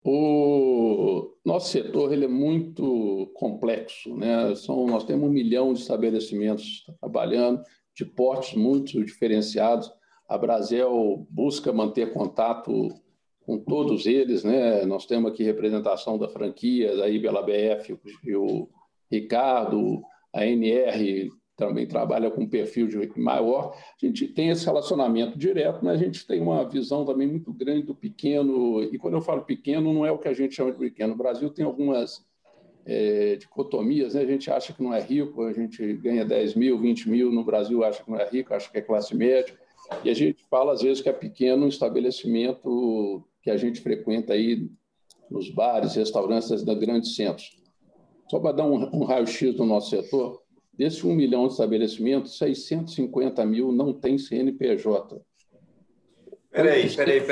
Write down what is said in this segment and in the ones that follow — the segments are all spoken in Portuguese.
O nosso setor ele é muito complexo, né? Nós temos 1 milhão de estabelecimentos trabalhando, de portes muito diferenciados. A Brasel busca manter contato com todos eles, né? Nós temos aqui representação da franquia, da IBLABF, e o Ricardo, a NR também trabalha com um perfil maior. A gente tem esse relacionamento direto, mas a gente tem uma visão também muito grande do pequeno. E quando eu falo pequeno, não é o que a gente chama de pequeno. O Brasil tem algumas dicotomias, né? A gente acha que não é rico, a gente ganha 10 mil, 20 mil, no Brasil acha que não é rico, acha que é classe média. E a gente fala, às vezes, que é pequeno um estabelecimento que a gente frequenta aí nos bares, restaurantes da grandes centros. Só para dar um raio-x do nosso setor, desses 1 milhão de estabelecimentos, 650 mil não tem CNPJ. Peraí.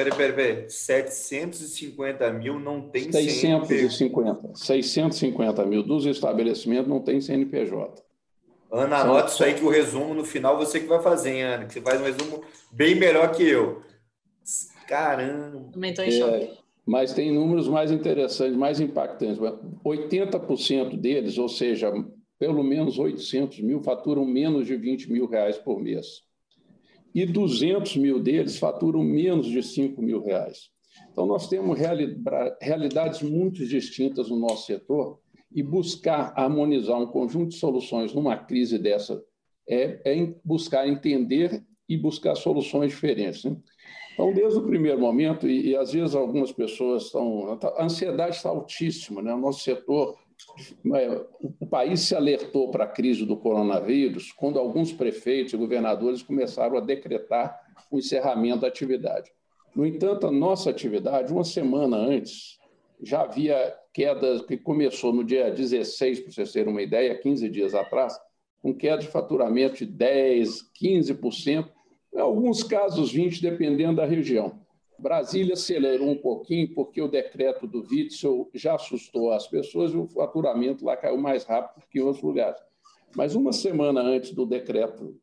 750 mil não tem CNPJ. 650 mil dos estabelecimentos não tem CNPJ. Ana, anota isso aí que o resumo no final você que vai fazer, hein, Ana? Que você faz um resumo bem melhor que eu. Caramba! Também estou em choque. Mas tem números mais interessantes, mais impactantes. 80% deles, ou seja, pelo menos 800 mil, faturam menos de 20 mil reais por mês. E 200 mil deles faturam menos de 5 mil reais. Então, nós temos realidades muito distintas no nosso setor e buscar harmonizar um conjunto de soluções numa crise dessa é buscar entender e buscar soluções diferentes, né? Então, desde o primeiro momento, e às vezes algumas pessoas estão... A ansiedade está altíssima, né? O nosso setor... O país se alertou para a crise do coronavírus quando alguns prefeitos e governadores começaram a decretar o encerramento da atividade. No entanto, a nossa atividade, uma semana antes, já havia quedas que começou no dia 16, para vocês terem uma ideia, 15 dias atrás, com queda de faturamento de 10%, 15%, em alguns casos 20%, dependendo da região. Brasília acelerou um pouquinho porque o decreto do Witzel já assustou as pessoas e o faturamento lá caiu mais rápido que em outros lugares. Mas uma semana antes do decreto,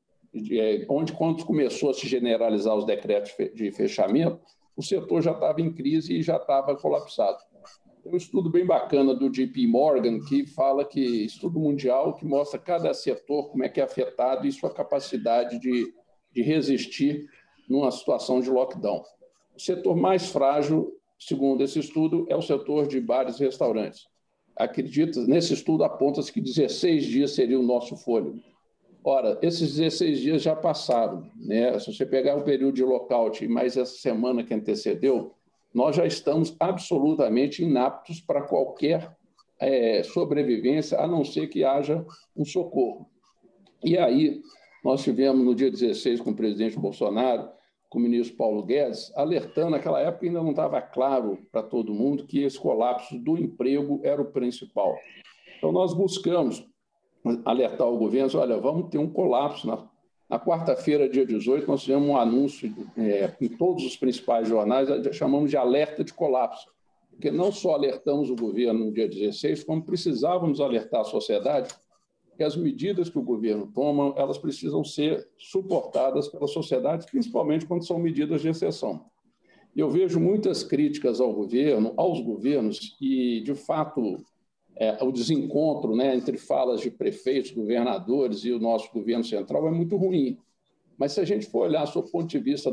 quando começou a se generalizar os decretos de fechamento, o setor já estava em crise e já estava colapsado. Tem um estudo bem bacana do JP Morgan que fala que, estudo mundial, que mostra cada setor como é que é afetado e sua capacidade de resistir numa situação de lockdown. O setor mais frágil, segundo esse estudo, é o setor de bares e restaurantes. Acredita, nesse estudo aponta-se que 16 dias seria o nosso fôlego. Ora, esses 16 dias já passaram, né? Se você pegar o período de lockout e mais essa semana que antecedeu, nós já estamos absolutamente inaptos para qualquer sobrevivência, a não ser que haja um socorro. E aí, nós tivemos no dia 16 com o presidente Bolsonaro, com o ministro Paulo Guedes, alertando, naquela época ainda não estava claro para todo mundo que esse colapso do emprego era o principal. Então, nós buscamos alertar o governo, olha, vamos ter um colapso. Na quarta-feira, dia 18, nós fizemos um anúncio em todos os principais jornais, chamamos de alerta de colapso, porque não só alertamos o governo no dia 16, como precisávamos alertar a sociedade que as medidas que o governo toma, elas precisam ser suportadas pela sociedade, principalmente quando são medidas de exceção. Eu vejo muitas críticas ao governo, aos governos, e, de fato, o desencontro, né, entre falas de prefeitos, governadores e o nosso governo central é muito ruim. Mas, se a gente for olhar do ponto de vista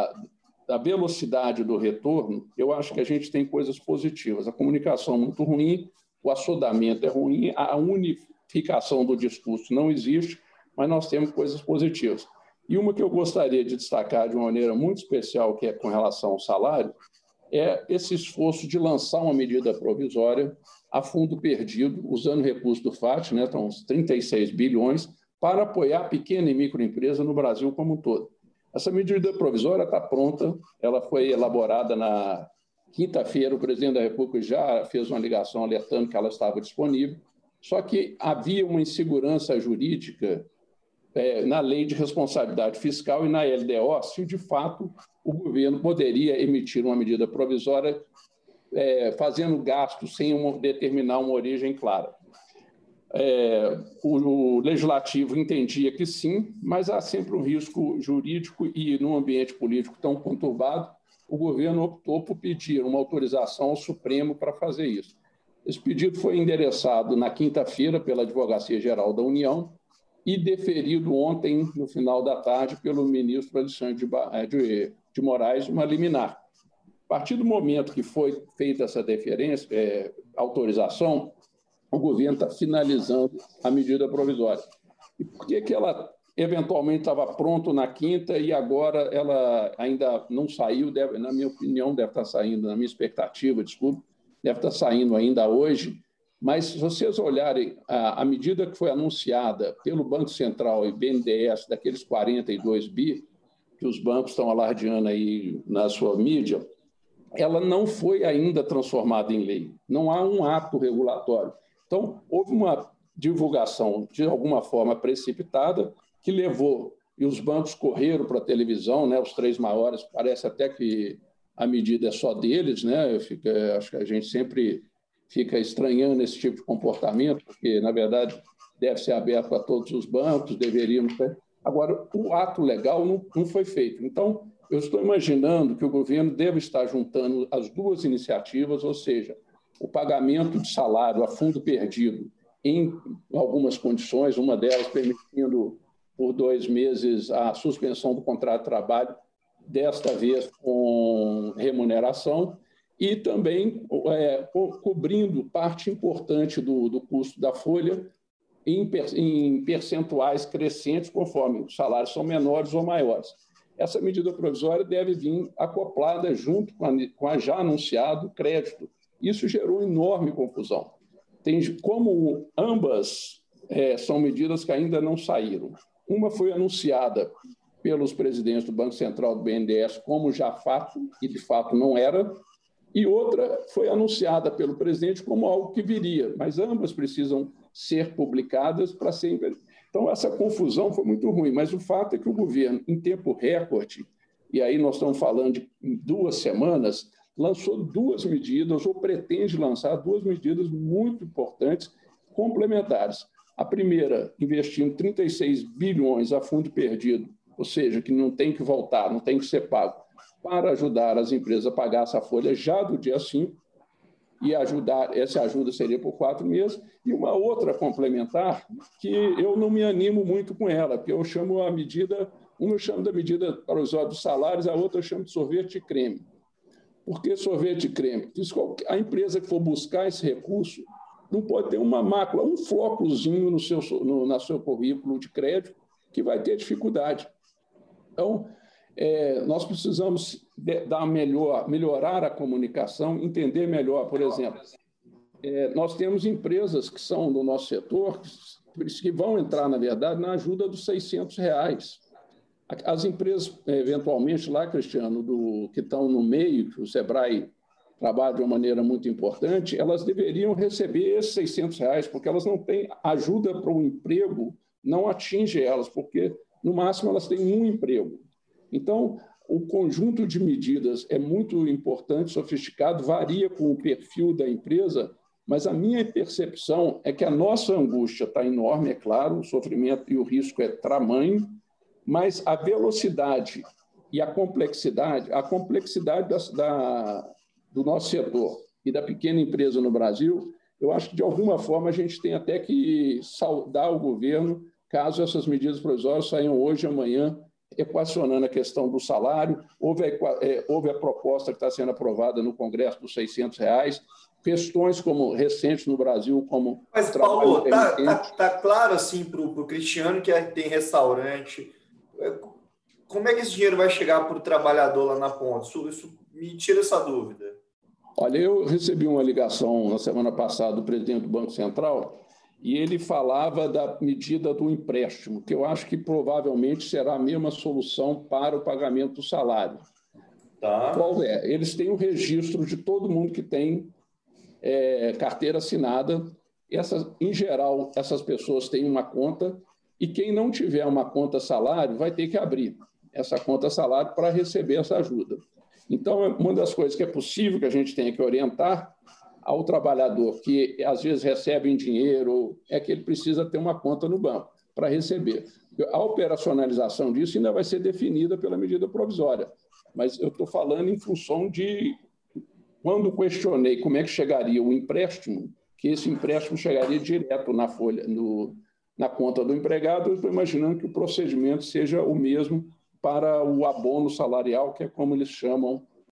da velocidade do retorno, eu acho que a gente tem coisas positivas. A comunicação é muito ruim, o assodamento é ruim, a unificação do discurso não existe, mas nós temos coisas positivas. E uma que eu gostaria de destacar de uma maneira muito especial, que é com relação ao salário, é esse esforço de lançar uma medida provisória a fundo perdido, usando recursos do FAT, né, então uns 36 bilhões, para apoiar a pequena e microempresa no Brasil como um todo. Essa medida provisória está pronta, ela foi elaborada na quinta-feira, o presidente da República já fez uma ligação alertando que ela estava disponível, só que havia uma insegurança jurídica na Lei de Responsabilidade Fiscal e na LDO, se de fato o governo poderia emitir uma medida provisória fazendo gastos sem determinar uma origem clara. O legislativo entendia que sim, mas há sempre um risco jurídico e, num ambiente político tão conturbado, o governo optou por pedir uma autorização ao Supremo para fazer isso. Esse pedido foi endereçado na quinta-feira pela Advocacia-Geral da União e deferido ontem, no final da tarde, pelo ministro Alexandre de Moraes, uma liminar. A partir do momento que foi feita essa autorização, o governo está finalizando a medida provisória. E por que ela eventualmente estava pronta na quinta e agora ela ainda não saiu? Na minha opinião, deve estar saindo, na minha expectativa, desculpe, deve estar saindo ainda hoje. Mas, se vocês olharem a medida que foi anunciada pelo Banco Central e BNDES, daqueles 42 bi, que os bancos estão alardeando aí na sua mídia, ela não foi ainda transformada em lei. Não há um ato regulatório. Então, houve uma divulgação, de alguma forma, precipitada, que levou, e os bancos correram para a televisão, né, os três maiores, parece até que a medida é só deles, né? Acho que a gente sempre fica estranhando esse tipo de comportamento, porque, na verdade, deve ser aberto a todos os bancos, deveríamos... Agora, o ato legal não foi feito. Então, eu estou imaginando que o governo deve estar juntando as duas iniciativas, ou seja, o pagamento de salário a fundo perdido em algumas condições, uma delas permitindo por 2 meses a suspensão do contrato de trabalho, desta vez com remuneração, e também cobrindo parte importante do custo da folha em percentuais crescentes, conforme os salários são menores ou maiores. Essa medida provisória deve vir acoplada junto com a já anunciado crédito. Isso gerou enorme confusão. Como ambas são medidas que ainda não saíram. Uma foi anunciada pelos presidentes do Banco Central do BNDES como já fato, e de fato não era, e outra foi anunciada pelo presidente como algo que viria, mas ambas precisam ser publicadas para ser... Então, essa confusão foi muito ruim, mas o fato é que o governo, em tempo recorde, e aí nós estamos falando de 2 semanas, lançou 2 medidas, ou pretende lançar 2 medidas muito importantes, complementares. A primeira, investindo 36 bilhões a fundo perdido, ou seja, que não tem que voltar, não tem que ser pago, para ajudar as empresas a pagar essa folha já do dia 5, e essa ajuda seria por 4 meses, e uma outra complementar, que eu não me animo muito com ela, porque eu chamo a medida, uma eu chamo da medida provisória dos salários, a outra eu chamo de sorvete e creme. Por que sorvete e creme? A empresa que for buscar esse recurso não pode ter uma mácula, um flóculozinho no seu currículo de crédito, que vai ter dificuldade. Então, nós precisamos melhorar a comunicação, entender melhor, por exemplo, nós temos empresas que são do nosso setor, que vão entrar, na verdade, na ajuda dos R$600. As empresas, eventualmente, lá, Cristiano, que estão no meio, que o Sebrae trabalha de uma maneira muito importante, elas deveriam receber esses R$600, porque elas não têm ajuda para o emprego, não atinge elas, porque, no máximo, elas têm um emprego. Então, o conjunto de medidas é muito importante, sofisticado, varia com o perfil da empresa, mas a minha percepção é que a nossa angústia está enorme, é claro, o sofrimento e o risco é tamanho, mas a velocidade e a complexidade do nosso setor e da pequena empresa no Brasil, eu acho que, de alguma forma, a gente tem até que saudar o governo, caso essas medidas provisórias saiam hoje, amanhã, equacionando a questão do salário. Houve a proposta que está sendo aprovada no Congresso dos R$600, questões como recentes no Brasil, como... Mas, Paulo, tá claro assim para o Cristiano que tem restaurante. Como é que esse dinheiro vai chegar para o trabalhador lá na ponta? Isso me tira essa dúvida. Olha, eu recebi uma ligação na semana passada do presidente do Banco Central e ele falava da medida do empréstimo, que eu acho que provavelmente será a mesma solução para o pagamento do salário. Tá. Qual é? Eles têm o registro de todo mundo que tem carteira assinada. Em geral, essas pessoas têm uma conta e quem não tiver uma conta salário vai ter que abrir essa conta salário para receber essa ajuda. Então, uma das coisas que é possível que a gente tenha que orientar ao trabalhador que, às vezes, recebe em dinheiro, é que ele precisa ter uma conta no banco para receber. A operacionalização disso ainda vai ser definida pela medida provisória. Mas eu estou falando em função de, quando questionei como é que chegaria o empréstimo, que esse empréstimo chegaria direto na folha, na conta do empregado, eu estou imaginando que o procedimento seja o mesmo para o abono salarial, que é como eles chamam